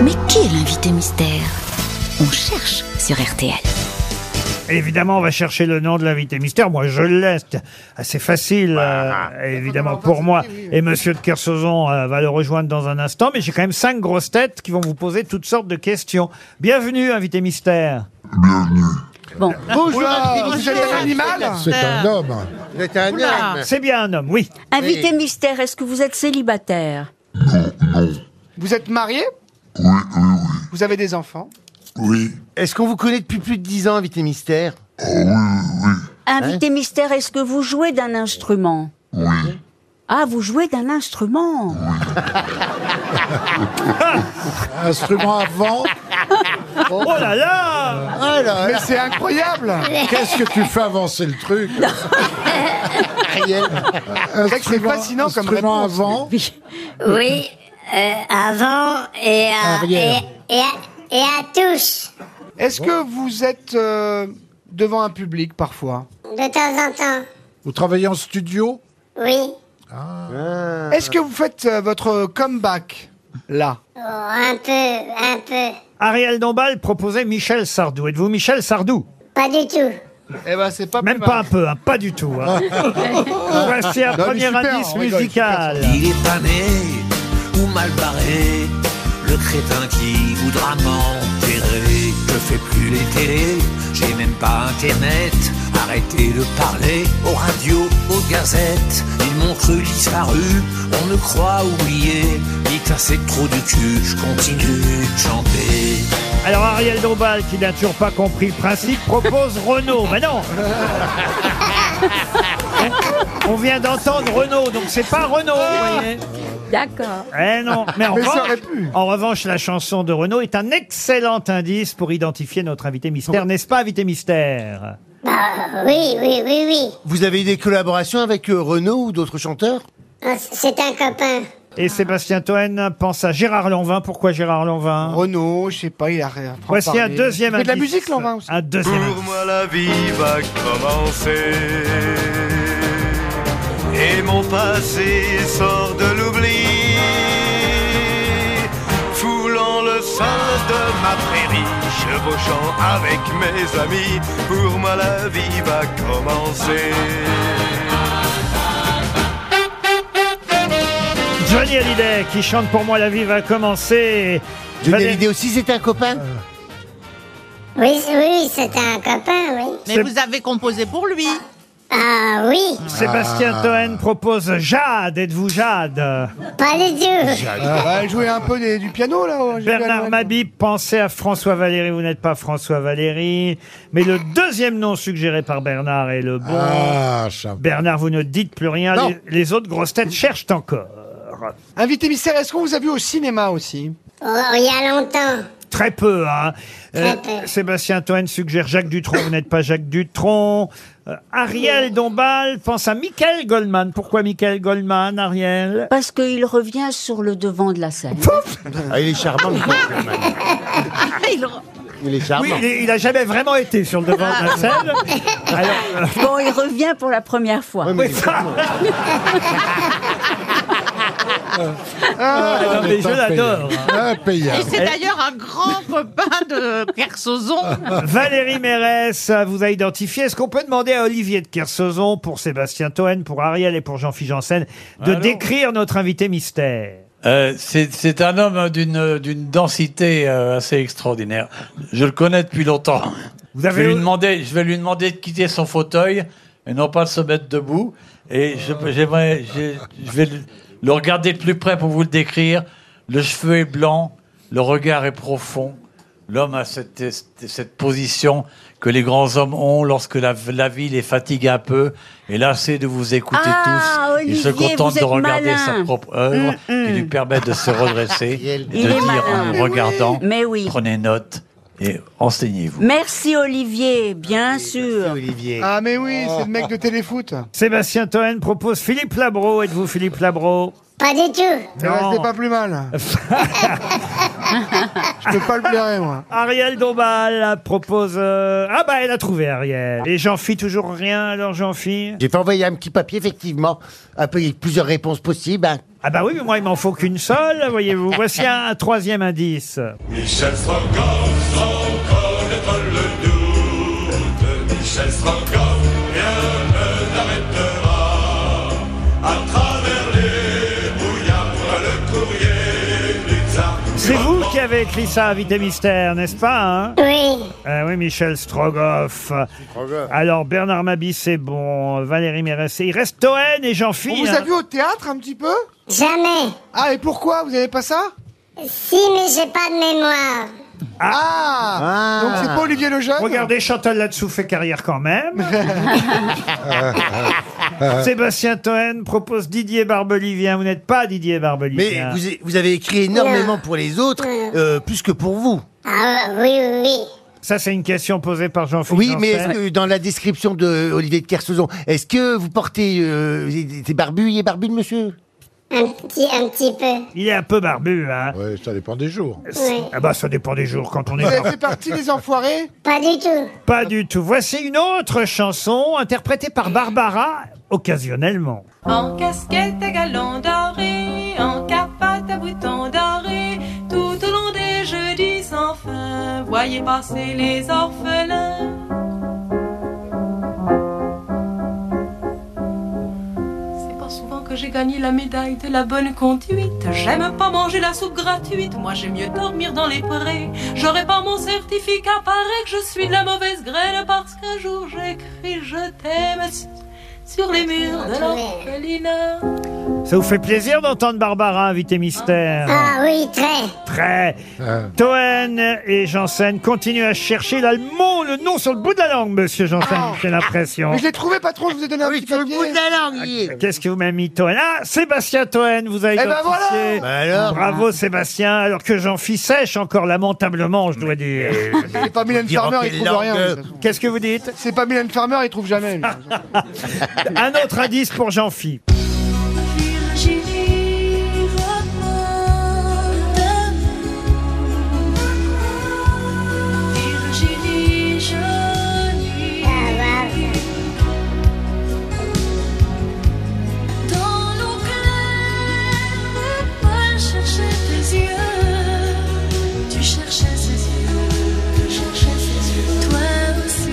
Mais qui est l'invité mystère? On cherche sur RTL. Évidemment, on va chercher le nom de l'invité mystère. Moi, je le laisse. C'est assez facile, évidemment, pour moi. Et Monsieur de Kersauzon va le rejoindre dans un instant. Mais j'ai quand même 5 grosses têtes qui vont vous poser toutes sortes de questions. Bienvenue, invité mystère. Bon. Bonjour, vous êtes un animal? C'est un homme. Vous êtes un homme. C'est bien un homme, oui. Invité mystère, est-ce que vous êtes célibataire? Vous êtes marié? Oui. Vous avez des enfants? Oui. Est-ce qu'on vous connaît depuis plus de 10 ans, invité mystère? Invité mystère, est-ce que vous jouez d'un instrument? Oui. Ah, vous jouez d'un instrument? Instrument à vent. Oh là là! Mais c'est incroyable! Qu'est-ce que tu fais avancer le truc? Ariel. C'est vrai que c'est fascinant comme Instrument à réponse. vent. Oui, avant et Arrière. à tous, Est-ce que vous êtes devant un public parfois? de temps en temps. Vous travaillez en studio? Oui. Est-ce que vous faites votre comeback là? Oh, un peu. Ariel Dombal proposait Michel Sardou. Êtes-vous Michel Sardou? Pas du tout. Eh ben, c'est pas Même plus pas mal. un peu, hein, pas du tout. Hein. Voici un Non, mais premier super, indice on rigole, musical. Il est pas né ou mal barré, le crétin qui voudra m'enterrer. Je fais plus les télés, j'ai même pas internet. Arrêtez de parler aux radios, aux gazettes. Ils m'ont cru disparu, on me croit oublié. Dites assez trop du cul, je continue de chanter. Alors Ariel Dombal, qui n'a toujours pas compris le principe, propose Renaud. Mais non. On vient d'entendre Renaud, donc c'est pas Renaud, vous voyez. D'accord. Eh non, mais Mais ça aurait pu. en revanche, la chanson de Renaud est un excellent indice pour identifier notre invité mystère, n'est-ce pas, invité mystère? Oui. Vous avez eu des collaborations avec Renaud ou d'autres chanteurs? C'est un copain. Et Sébastien Toen pense à Gérard Lanvin. Pourquoi Gérard Lanvin? Renaud, je sais pas, il a rien. Voici un deuxième Il fait de la indice. musique, Lanvin aussi. Un deuxième Pour indice. moi la vie va commencer et mon passé sort de l'oubli, foulant le sein de ma prairie, chevauchant avec mes amis. Pour moi la vie va commencer. Johnny Hallyday qui chante Pour moi la vie va commencer. Johnny Hallyday aussi, c'est un copain? Oui, c'est un copain, oui. Mais vous avez composé pour lui. Ah oui, Sébastien Toen propose Jade. Êtes-vous Jade? pas du tout. Elle jouait un peu du piano, là. Bernard Mabie pensait à François Valéry. Vous n'êtes pas François Valéry. Mais le deuxième nom suggéré par Bernard est le bon. Ah, ça. Bernard, vous ne dites plus rien. Non. Les autres grosses têtes cherchent encore. Invité mystère, est-ce qu'on vous a vu au cinéma aussi? Oh, il y a longtemps. Très peu, hein. Très peu. Sébastien Toen suggère Jacques Dutronc. Vous n'êtes pas Jacques Dutronc. Ariel Dombal pense à Michael Goldman. Pourquoi Michael Goldman, Ariel? Parce qu'il revient sur le devant de la scène. Ah, il est charmant, Michael Goldman. Il est charmant. Oui, il a jamais vraiment été sur le devant de la scène. Alors, Bon, il revient pour la première fois. Ouais, mais il est charmant. non, mais je l'adore. Impayable. Et c'est d'ailleurs un grand copain de Kersauzon. Valérie Mérès vous a identifié. Est-ce qu'on peut demander à Olivier de Kersauzon, pour Sébastien Toen, pour Ariel et pour Jean-Philippe Janssen, de décrire notre invité mystère? C'est un homme d'une densité assez extraordinaire. Je le connais depuis longtemps. Vous avez Je vais lui demander de quitter son fauteuil et non pas de se mettre debout. Et je vais le regarder de plus près pour vous le décrire. Le cheveu est blanc, le regard est profond. L'homme a cette position que les grands hommes ont lorsque la vie les fatigue un peu. Et là, c'est de vous écouter tous. Il se Olivier, contente vous de êtes regarder malin. sa propre œuvre qui lui permet de se redresser et de Il est dire malin. en nous regardant, Mais oui. prenez note et enseignez-vous. Merci Olivier, bien sûr. Olivier. Ah, mais oui, c'est le mec de téléfoot. Sébastien Toen propose Philippe Labro. Êtes-vous Philippe Labro? Pas du tout. Mais Non. c'était pas plus mal. Je peux pas le blairer, moi. Ariel Dombal propose... Ah bah elle a trouvé Ariel. Et Jean-Phi, toujours rien alors Jean-Phi? J'ai fait envoyer un petit papier, effectivement, un peu avec plusieurs réponses possibles. Hein. Ah bah oui, mais moi il m'en faut qu'une seule, voyez-vous. Voici un troisième indice. Michel Strogoff, sans connaître le doute. Michel Strogoff, rien ne l'arrêtera. À travers les brouillards, le courrier du tsar. C'est vous qui avez écrit ça, Invité Mystère, n'est-ce pas hein? Oui. Oui, Michel Strogoff. Alors, Bernard Mabie, c'est bon. Valérie Mérès, il reste Toen et Jean-Phi. On vous a vu au théâtre un petit peu? Jamais. Ah, et pourquoi? Vous avez pas ça? Si, mais j'ai pas de mémoire. Ah, donc c'est pas Olivier Lejeune? Regardez, Chantal là-dessous fait carrière quand même. Sébastien Toen propose Didier Barbelivien. Vous n'êtes pas Didier Mais Barbelivien. vous avez écrit énormément pour les autres, plus que pour vous. Ah oui, oui, oui. Ça, c'est une question posée par Jean-Philippe. Oui, mais est-ce Janssen. que dans la description de Olivier de Kersauzon, est-ce que vous portez... c'est barbu, il est barbu, le monsieur? Un petit peu. Il est un peu barbu, hein. Ouais, ça dépend des jours. Oui. Ah bah, ça dépend des jours quand on est Vous avez barbu. fait partie des enfoirés? Pas du tout. Pas du tout. Voici une autre chanson interprétée par Barbara, occasionnellement. En casquette à galons dorés, en cravate à boutons dorés, tout au long des jeudis sans fin, voyez passer les orphelins. C'est pas souvent que j'ai gagné la médaille de la bonne conduite. J'aime pas manger la soupe gratuite, moi j'aime mieux dormir dans les prés. J'aurais pas mon certificat, paraît que je suis de la mauvaise graine, parce qu'un jour j'écris je t'aime sur les murs de l'orphelinat. Ça vous fait plaisir d'entendre Barbara, invité mystère? Ah oui, très. Très. Toen et Janssen continuent à chercher. Il a le nom sur le bout de la langue, monsieur Janssen, j'ai l'impression. Mais je l'ai trouvé, patron, je vous ai donné un petit papier. Qu'est-ce que vous m'avez mis, Toen? Ah, Sébastien Toen, vous avez Eh ben identifié. voilà. Bah alors, Bravo, Sébastien. Alors que Jean-Phi sèche encore lamentablement, je dois dire. C'est pas Mylène Dire en Farmer, il quelle trouve rien. langue de toute façon. Qu'est-ce que vous dites? C'est pas Mylène Farmer, il trouve jamais. lui. Un autre indice pour Jean-Phi. Virginie remonte Virginie jolie dans l'eau claire, moi cherchais tes yeux, tu cherchais ses yeux, toi aussi.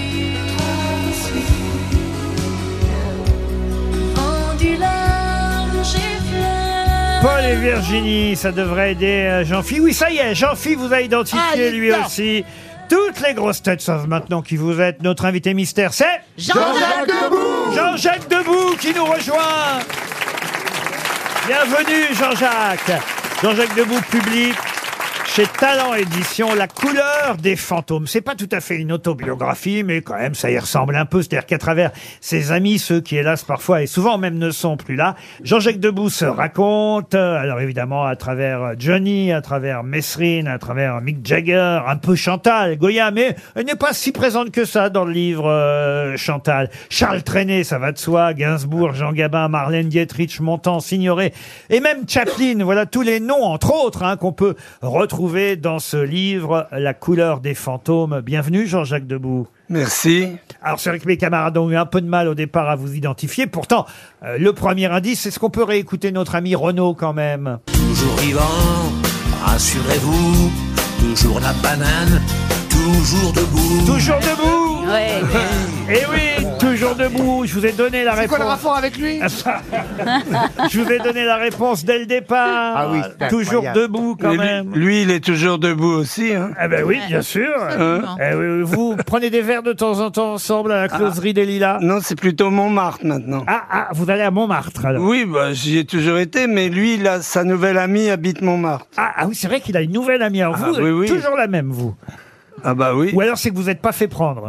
Paul et Virginie, ça devrait aider Jean-Phi. Oui, ça y est, Jean-Phi vous a identifié lui aussi. Toutes les grosses têtes savent maintenant qui vous êtes. Notre invité mystère, c'est Jean-Jacques Debout. Jean-Jacques Debout qui nous rejoint. Bienvenue Jean-Jacques. Jean-Jacques Debout publie chez Talent Édition La couleur des fantômes. C'est pas tout à fait une autobiographie, mais quand même ça y ressemble un peu. C'est-à-dire qu'à travers ses amis, ceux qui hélas parfois et souvent même ne sont plus là, Jean-Jacques Debout se raconte. Alors évidemment à travers Johnny, à travers Mesrine, à travers Mick Jagger, un peu Chantal Goya, mais elle n'est pas si présente que ça dans le livre Chantal. Charles Trenet, ça va de soi. Gainsbourg, Jean Gabin, Marlène Dietrich, Montand, Signoret et même Chaplin. Voilà tous les noms entre autres qu'on peut retrouver dans ce livre, La couleur des fantômes. Bienvenue Jean-Jacques Debout. Merci. Alors c'est vrai que mes camarades ont eu un peu de mal au départ à vous identifier. Pourtant, le premier indice, est-ce qu'on peut réécouter notre ami Renaud quand même? Toujours vivant, rassurez-vous, toujours la banane, toujours debout. Toujours debout. Ouais. Et oui, toujours debout. Je vous ai donné la C'est réponse. quoi le rapport avec lui? Je vous ai donné la réponse dès le départ. Ah oui, c'est toujours incroyable. debout quand Et même. lui, il est toujours debout aussi. Hein. Ah ben oui, bien sûr. Eh oui, vous prenez des verres de temps en temps ensemble à la closerie des Lilas? Non, c'est plutôt Montmartre maintenant. Vous allez à Montmartre alors? Oui, bah, j'y ai toujours été, mais lui, sa nouvelle amie habite Montmartre. Ah oui, c'est vrai qu'il a une nouvelle amie. Alors vous, oui, oui. toujours la même, vous? Ah bah oui. Ou alors c'est que vous n'êtes pas fait prendre.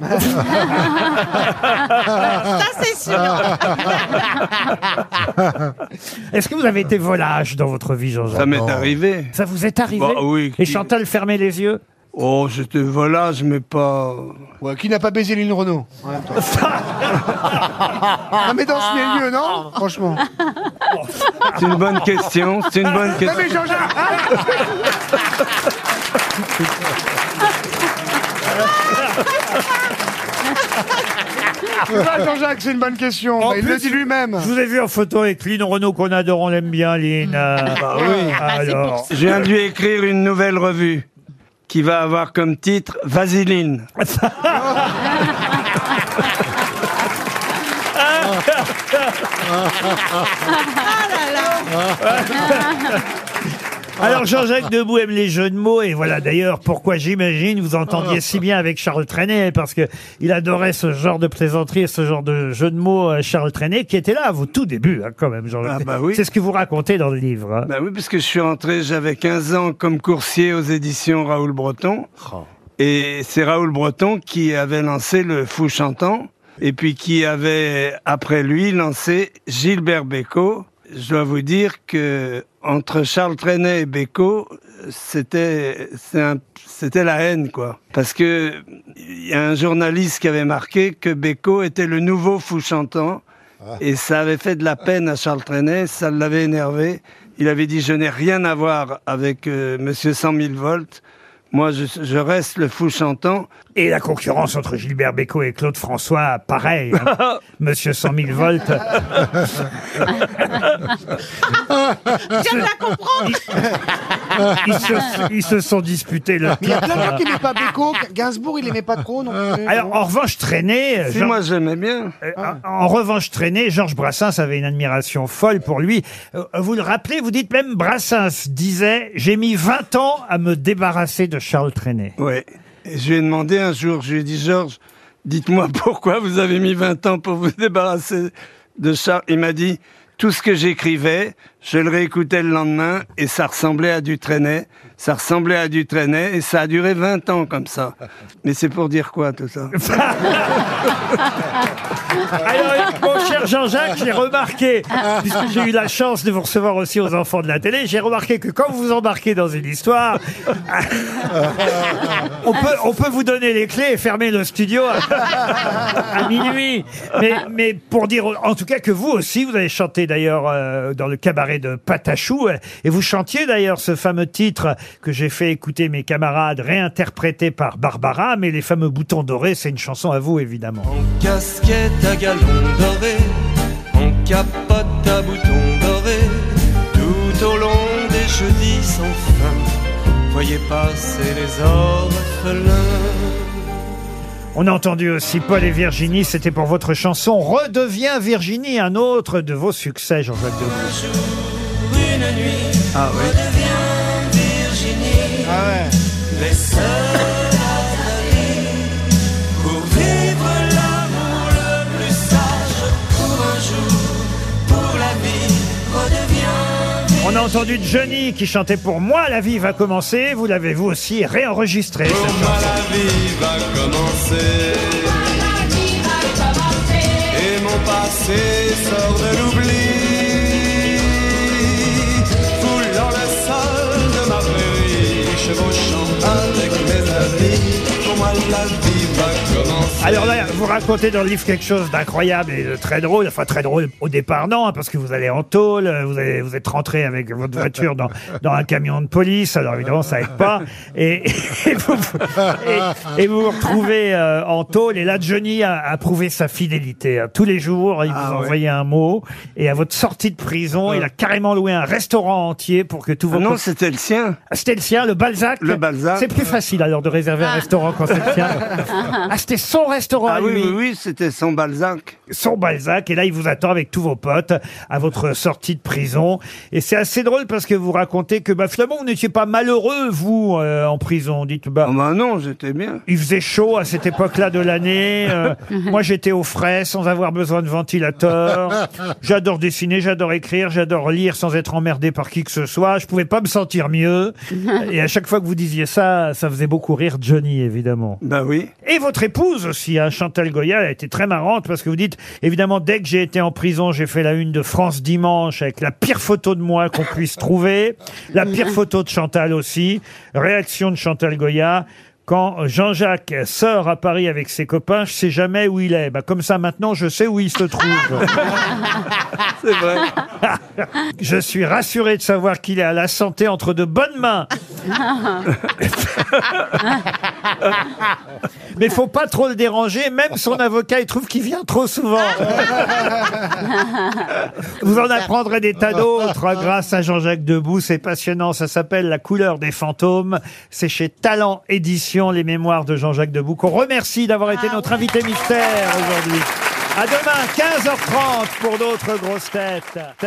Ça, c'est sûr. Est-ce que vous avez été volage dans votre vie, Jean-Jacques? Ça m'est arrivé. Ça vous est arrivé? Bah oui. Et Chantal fermait les yeux? Oh, c'était volage, mais pas... Ouais, qui n'a pas baisé Lynn Renault en même temps. Ah, mais dans ce milieu, non? Franchement. C'est une bonne question, c'est une bonne Non, question. mais Jean-Jacques. Tu vois, Jean-Jacques, c'est une bonne question. En Il plus, le dit lui-même. Je vous ai vu en photo avec Lynn Renault qu'on adore, on l'aime bien, Lynn. Bah oui. Alors. Je viens de lui écrire une nouvelle revue qui va avoir comme titre Vaseline. Alors Jean-Jacques Debout aime les jeux de mots et voilà d'ailleurs pourquoi j'imagine vous entendiez si bien avec Charles Trenet parce que il adorait ce genre de plaisanterie et ce genre de jeu de mots. Charles Trenet qui était là à vos tout débuts quand même Jean-Jacques. Ah bah oui. C'est ce que vous racontez dans le livre. Hein. Bah oui, parce que je suis entré, j'avais 15 ans comme coursier aux éditions Raoul Breton. Et c'est Raoul Breton qui avait lancé le Fou Chantant et puis qui avait après lui lancé Gilbert Bécaud. Je dois vous dire que entre Charles Trenet et Bécaud, c'était la haine, quoi. Parce que il y a un journaliste qui avait marqué que Bécaud était le nouveau Fou Chantant. Et ça avait fait de la peine à Charles Trenet, ça l'avait énervé. Il avait dit, je n'ai rien à voir avec Monsieur 100 000 volts. Moi, je reste le Fou Chantant. Et la concurrence entre Gilbert Bécaud et Claude François, pareil. Hein. Monsieur 100 000 volts. Je viens de la comprendre. Ils se sont disputés le Il y a plein de gens qui n'aimaient pas Bécaud. Gainsbourg, il n'aimait pas trop non plus. Alors, en revanche, Trenet... Si, moi, j'aimais bien. En revanche, Trenet, Georges Brassens avait une admiration folle pour lui. Vous le rappelez, vous dites même, Brassens disait « J'ai mis 20 ans à me débarrasser de Charles Trenet. » Oui. Et je lui ai demandé un jour, je lui ai dit, Georges, dites-moi pourquoi vous avez mis 20 ans pour vous débarrasser de Charles. Il m'a dit, tout ce que j'écrivais, je le réécoutais le lendemain et ça ressemblait à du Trenet. Ça ressemblait à du Trenet et ça a duré 20 ans comme ça. Mais c'est pour dire quoi tout ça? Alors, mon cher Jean-Jacques, j'ai remarqué, puisque j'ai eu la chance de vous recevoir aussi aux enfants de la télé, j'ai remarqué que quand vous vous embarquez dans une histoire, on peut vous donner les clés et fermer le studio à minuit. Mais pour dire, en tout cas, que vous aussi, vous avez chanté d'ailleurs dans le cabaret de Patachou, et vous chantiez d'ailleurs ce fameux titre que j'ai fait écouter mes camarades, réinterprété par Barbara, mais les fameux boutons dorés, c'est une chanson à vous, évidemment. En casquette à galon doré, en capote à boutons dorés, tout au long des jeudis sans fin, voyez passer les orphelins. On a entendu aussi Paul et Virginie, c'était pour votre chanson Redeviens Virginie, un autre de vos succès, Jean-Jacques Debout. Un jour, une nuit, Ah oui. redeviens Virginie, Ah ouais. les seuls à ta vie, pour vivre l'amour le plus sage, pour un jour, pour la vie, redeviens Virginie. On a entendu Johnny qui chantait pour moi, la vie va commencer. Vous l'avez vous aussi réenregistré. Pour moi la vie va commencer, et mon passé sort de l'oubli, foulant le sol de ma prairie, chevauchant avec mes amis. Pour moi la vie va commencer. Alors là, vous racontez dans le livre quelque chose d'incroyable et de très drôle. Enfin, très drôle au départ, non, hein, parce que vous allez en tôle, vous êtes rentré avec votre voiture dans un camion de police. Alors évidemment, ça aide pas. Et vous vous retrouvez en tôle. Et là, Johnny a prouvé sa fidélité. Hein. Tous les jours, il vous envoyait un mot. Et à votre sortie de prison, il a carrément loué un restaurant entier pour que tous vos... Non, c'était le sien. C'était le sien, le Balzac. Le Balzac. C'est plus facile alors de réserver un restaurant quand c'est le sien. Ah, c'était son restaurant à Ah lui. oui, c'était son Balzac. Son Balzac, et là il vous attend avec tous vos potes à votre sortie de prison. Et c'est assez drôle parce que vous racontez que finalement vous n'étiez pas malheureux vous en prison. Dites Oh non, j'étais bien. il faisait chaud à cette époque-là de l'année. Moi j'étais au frais sans avoir besoin de ventilateur. J'adore dessiner, j'adore écrire, j'adore lire sans être emmerdé par qui que ce soit. Je pouvais pas me sentir mieux. Et à chaque fois que vous disiez ça, ça faisait beaucoup rire Johnny évidemment. Bah oui. Et votre épouse aussi. aussi. Hein. Chantal Goya, elle a été très marrante parce que vous dites, évidemment, dès que j'ai été en prison, j'ai fait la une de France Dimanche avec la pire photo de moi qu'on puisse trouver. La pire photo de Chantal aussi. Réaction de Chantal Goya. Quand Jean-Jacques sort à Paris avec ses copains, je sais jamais où il est. Bah, comme ça, maintenant, je sais où il se trouve. C'est vrai. Je suis rassuré de savoir qu'il est à la santé entre de bonnes mains. Mais faut pas trop le déranger. Même son avocat, il trouve qu'il vient trop souvent. Vous en apprendrez des tas d'autres grâce à Jean-Jacques Debout. C'est passionnant. Ça s'appelle La couleur des fantômes. C'est chez Talent Édition, les mémoires de Jean-Jacques Debout, qu'on remercie d'avoir été notre invité mystère aujourd'hui. À demain, 15h30 pour d'autres grosses têtes.